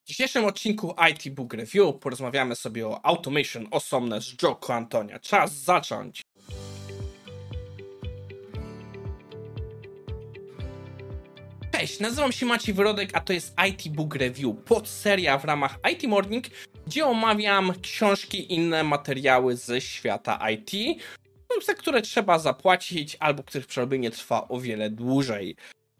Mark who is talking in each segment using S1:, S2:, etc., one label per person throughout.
S1: W dzisiejszym odcinku IT Book Review porozmawiamy sobie o Automation Awesomeness Joe Antonia. Czas zacząć! Cześć, nazywam się Maciej Wyrodek, a to jest IT Book Review, podseria w ramach IT Morning, gdzie omawiam książki i inne materiały ze świata IT, za które trzeba zapłacić albo których przerobienie trwa o wiele dłużej.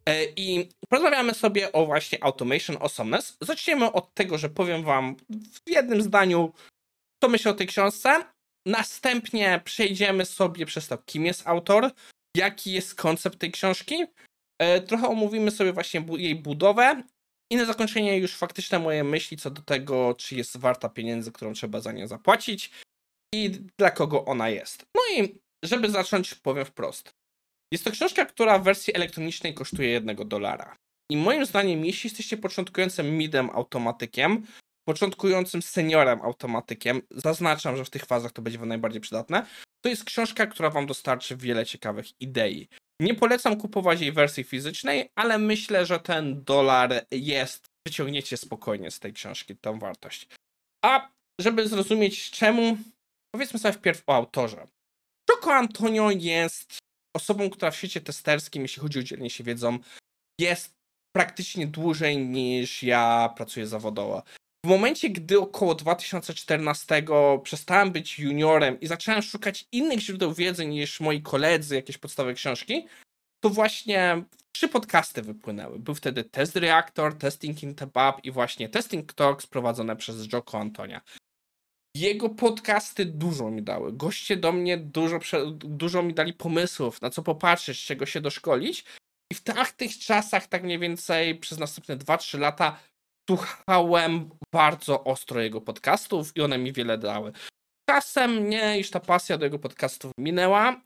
S1: I porozmawiamy sobie o właśnie Automation Awesomeness. Zaczniemy od tego, że powiem wam w jednym zdaniu, co myślę o tej książce. Następnie przejdziemy sobie przez to, kim jest autor, jaki jest koncept tej książki. Trochę omówimy sobie właśnie jej budowę i na zakończenie już faktyczne moje myśli co do tego, czy jest warta pieniędzy, którą trzeba za nią zapłacić i dla kogo ona jest. No i żeby zacząć, powiem wprost. Jest to książka, która w wersji elektronicznej kosztuje $1. I moim zdaniem, jeśli jesteście początkującym midem automatykiem, początkującym seniorem automatykiem, zaznaczam, że w tych fazach to będzie wam najbardziej przydatne, to jest książka, która wam dostarczy wiele ciekawych idei. Nie polecam kupować jej wersji fizycznej, ale myślę, że ten $1 jest, wyciągniecie spokojnie z tej książki tą wartość. A żeby zrozumieć czemu, powiedzmy sobie wpierw o autorze. Joe Antonio jest osobą, która w świecie testerskim, jeśli chodzi o dzielenie się wiedzą, jest praktycznie dłużej niż ja pracuję zawodowo. W momencie, gdy około 2014 przestałem być juniorem i zacząłem szukać innych źródeł wiedzy niż moi koledzy, jakieś podstawowe książki, to właśnie 3 podcasty wypłynęły. Był wtedy Test Reactor, Testing in the Pub i właśnie Testing Talks prowadzone przez Joe Antonia. Jego podcasty dużo mi dały. Goście do mnie dużo mi dali pomysłów, na co popatrzeć, czego się doszkolić. I w tych czasach, tak mniej więcej przez następne 2-3 lata, słuchałem bardzo ostro jego podcastów i one mi wiele dały. Czasem mnie już ta pasja do jego podcastów minęła.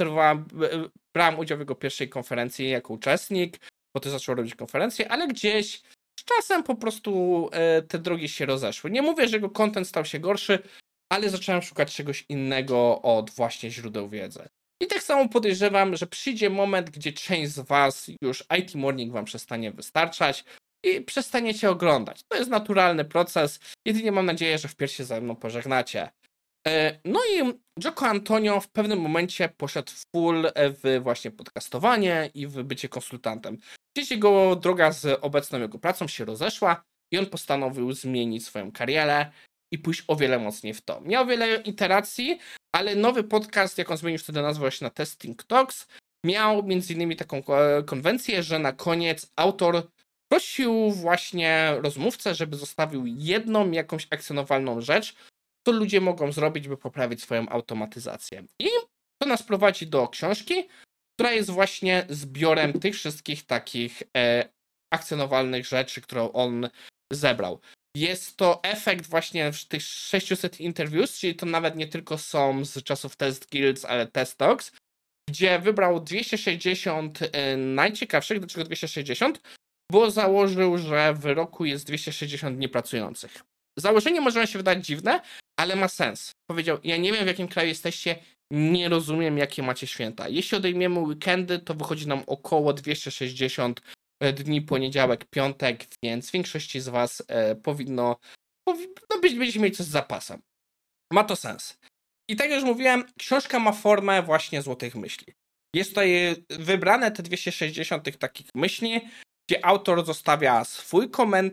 S1: Brałem udział w jego pierwszej konferencji jako uczestnik, potem zaczął robić konferencje, ale gdzieś z czasem po prostu te drogi się rozeszły. Nie mówię, że jego content stał się gorszy, ale zacząłem szukać czegoś innego od właśnie źródeł wiedzy. I tak samo podejrzewam, że przyjdzie moment, gdzie część z was już IT Morning wam przestanie wystarczać i przestaniecie oglądać. To jest naturalny proces. Jedynie mam nadzieję, że wpierw się ze mną pożegnacie. No i Joe Antonio w pewnym momencie poszedł full w właśnie podcastowanie i w bycie konsultantem. Gdzieś jego droga z obecną jego pracą się rozeszła i on postanowił zmienić swoją karierę i pójść o wiele mocniej w to. Miał wiele iteracji, ale nowy podcast, jak on zmienił wtedy nazwę się na Testing Talks, miał między innymi taką konwencję, że na koniec autor prosił właśnie rozmówcę, żeby zostawił jedną jakąś akcjonowalną rzecz, co ludzie mogą zrobić, by poprawić swoją automatyzację. I to nas prowadzi do książki, która jest właśnie zbiorem tych wszystkich takich akcjonowalnych rzeczy, którą on zebrał. Jest to efekt właśnie tych 600 interviews, czyli to nawet nie tylko są z czasów Test Guilds, ale Test Talks, gdzie wybrał 260 najciekawszych. Dlaczego 260? Bo założył, że w roku jest 260 dni pracujących. Założenie może się wydać dziwne, ale ma sens. Powiedział, ja nie wiem, w jakim kraju jesteście, nie rozumiem, jakie macie święta. Jeśli odejmiemy weekendy, to wychodzi nam około 260 dni, poniedziałek, piątek, więc większości z was powinno będziecie mieć coś z zapasem. Ma to sens. I tak jak już mówiłem, książka ma formę właśnie złotych myśli. Jest tutaj wybrane te 260 tych takich myśli, gdzie autor zostawia swój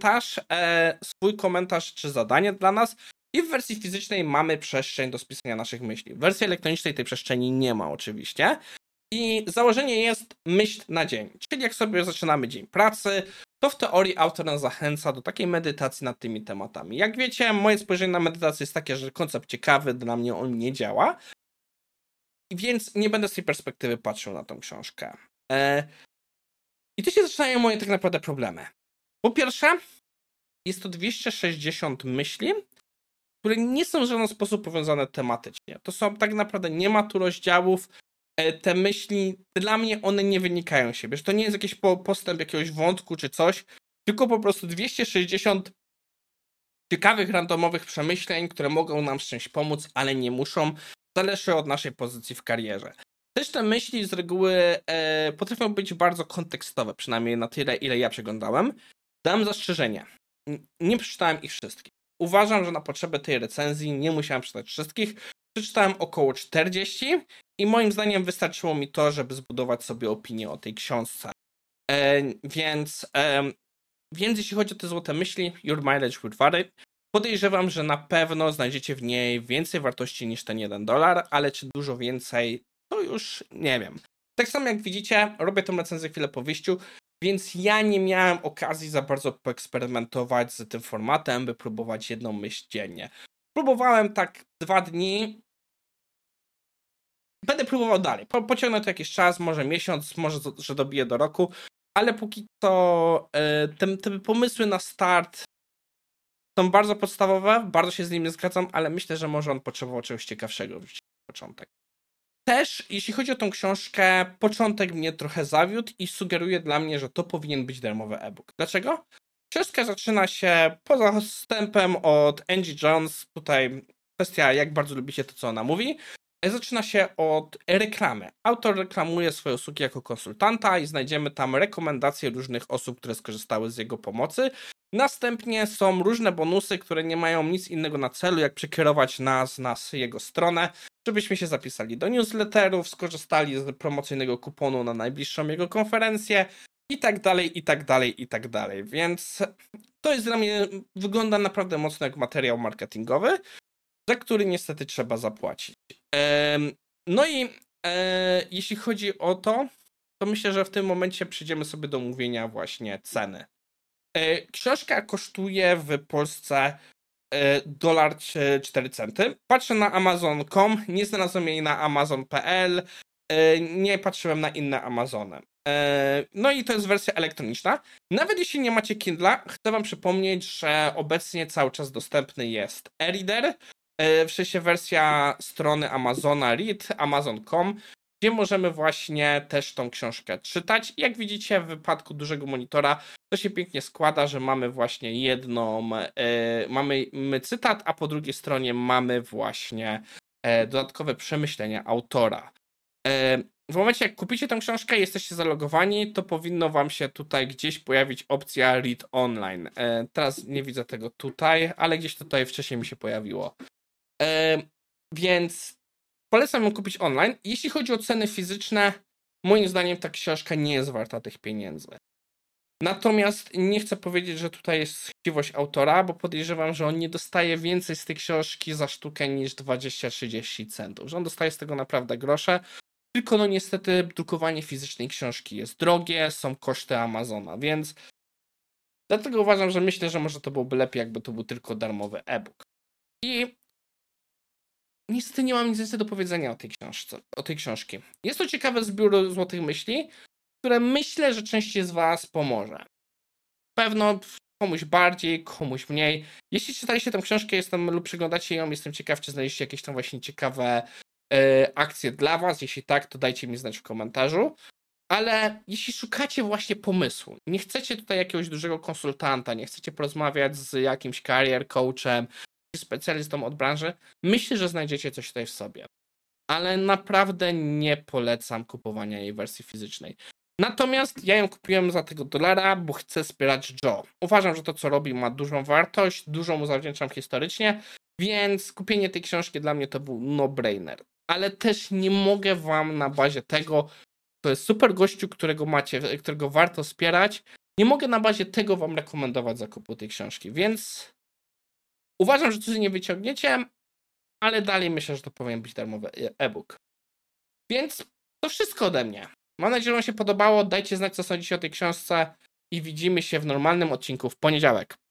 S1: komentarz czy zadanie dla nas i w wersji fizycznej mamy przestrzeń do spisania naszych myśli. W wersji elektronicznej tej przestrzeni nie ma oczywiście. I założenie jest myśl na dzień. Czyli jak sobie zaczynamy dzień pracy, to w teorii autor nas zachęca do takiej medytacji nad tymi tematami. Jak wiecie, moje spojrzenie na medytację jest takie, że koncept ciekawy, dla mnie on nie działa. Więc nie będę z tej perspektywy patrzył na tą książkę. I tu się zaczynają moje tak naprawdę problemy. Po pierwsze, jest to 260 myśli, które nie są w żaden sposób powiązane tematycznie. To są tak naprawdę, nie ma tu rozdziałów. Te myśli, dla mnie one nie wynikają z siebie. Że to nie jest jakiś postęp jakiegoś wątku czy coś, tylko po prostu 260 ciekawych, randomowych przemyśleń, które mogą nam z czymś pomóc, ale nie muszą. Zależy od naszej pozycji w karierze. Też te myśli z reguły potrafią być bardzo kontekstowe, przynajmniej na tyle, ile ja przeglądałem. Dam zastrzeżenie. nie przeczytałem ich wszystkich. Uważam, że na potrzeby tej recenzji nie musiałem przeczytać wszystkich. Przeczytałem około 40 i moim zdaniem wystarczyło mi to, żeby zbudować sobie opinię o tej książce. Więc jeśli chodzi o te złote myśli, Your Mileage Will Vary, podejrzewam, że na pewno znajdziecie w niej więcej wartości niż ten $1, ale czy dużo więcej, to już nie wiem. Tak samo jak widzicie, robię tę recenzję chwilę po wyjściu, więc ja nie miałem okazji za bardzo poeksperymentować z tym formatem, by próbować jedną myśl dziennie. Próbowałem tak 2 dni. Będę próbował dalej. Pociągnę to jakiś czas, może miesiąc, może że dobiję do roku, ale póki to te pomysły na start są bardzo podstawowe, bardzo się z nimi zgadzam, ale myślę, że może on potrzebował czegoś ciekawszego w początek. Też, jeśli chodzi o tą książkę, początek mnie trochę zawiódł i sugeruje dla mnie, że to powinien być darmowy e-book. Dlaczego? Książka zaczyna się poza wstępem od Angie Jones, tutaj kwestia, jak bardzo lubicie to, co ona mówi. Zaczyna się od reklamy. Autor reklamuje swoje usługi jako konsultanta i znajdziemy tam rekomendacje różnych osób, które skorzystały z jego pomocy. Następnie są różne bonusy, które nie mają nic innego na celu, jak przekierować nas na jego stronę, żebyśmy się zapisali do newsletterów, skorzystali z promocyjnego kuponu na najbliższą jego konferencję i tak dalej, i tak dalej, i tak dalej. Więc to jest dla mnie, wygląda naprawdę mocno jak materiał marketingowy, za który niestety trzeba zapłacić. No i jeśli chodzi o to myślę, że w tym momencie przyjdziemy sobie do mówienia właśnie ceny. Książka kosztuje w Polsce $4. Patrzę na Amazon.com, nie znalazłem jej na Amazon.pl, nie patrzyłem na inne Amazony. No i to jest wersja elektroniczna. Nawet jeśli nie macie Kindla, chcę wam przypomnieć, że obecnie cały czas dostępny jest e-reader, w sensie wersja strony Amazona Read, Amazon.com, gdzie możemy właśnie też tą książkę czytać. Jak widzicie, w wypadku dużego monitora to się pięknie składa, że mamy właśnie mamy cytat, a po drugiej stronie mamy właśnie dodatkowe przemyślenia autora. W momencie, jak kupicie tę książkę i jesteście zalogowani, to powinno wam się tutaj gdzieś pojawić opcja Read Online. Teraz nie widzę tego tutaj, ale gdzieś tutaj wcześniej mi się pojawiło. Więc polecam ją kupić online. Jeśli chodzi o ceny fizyczne, moim zdaniem ta książka nie jest warta tych pieniędzy. Natomiast nie chcę powiedzieć, że tutaj jest chciwość autora, bo podejrzewam, że on nie dostaje więcej z tej książki za sztukę niż 20-30 centów. Że on dostaje z tego naprawdę grosze. Tylko no niestety drukowanie fizycznej książki jest drogie, są koszty Amazona, więc dlatego uważam, że myślę, że może to byłoby lepiej, jakby to był tylko darmowy e-book. I niestety nie mam nic więcej do powiedzenia o tej książki. Jest to ciekawy zbiór złotych myśli, które myślę, że części z was pomoże. Pewno komuś bardziej, komuś mniej. Jeśli czytaliście tę książkę lub przeglądacie ją, jestem ciekaw, czy znaleźliście jakieś tam właśnie ciekawe akcje dla was. Jeśli tak, to dajcie mi znać w komentarzu. Ale jeśli szukacie właśnie pomysłu, nie chcecie tutaj jakiegoś dużego konsultanta, nie chcecie porozmawiać z jakimś career coachem, specjalistą od branży, myślę, że znajdziecie coś tutaj w sobie. Ale naprawdę nie polecam kupowania jej wersji fizycznej. Natomiast ja ją kupiłem za tego $1, bo chcę wspierać Joe. Uważam, że to, co robi, ma dużą wartość, dużo mu zawdzięczam historycznie, więc kupienie tej książki dla mnie to był no-brainer. Ale też nie mogę wam na bazie tego, to jest super gościu, którego warto wspierać, nie mogę na bazie tego wam rekomendować zakupu tej książki, więc uważam, że coś nie wyciągniecie, ale dalej myślę, że to powinien być darmowy e-book. Więc to wszystko ode mnie. Mam nadzieję, że wam się podobało. Dajcie znać, co sądzicie o tej książce i widzimy się w normalnym odcinku w poniedziałek.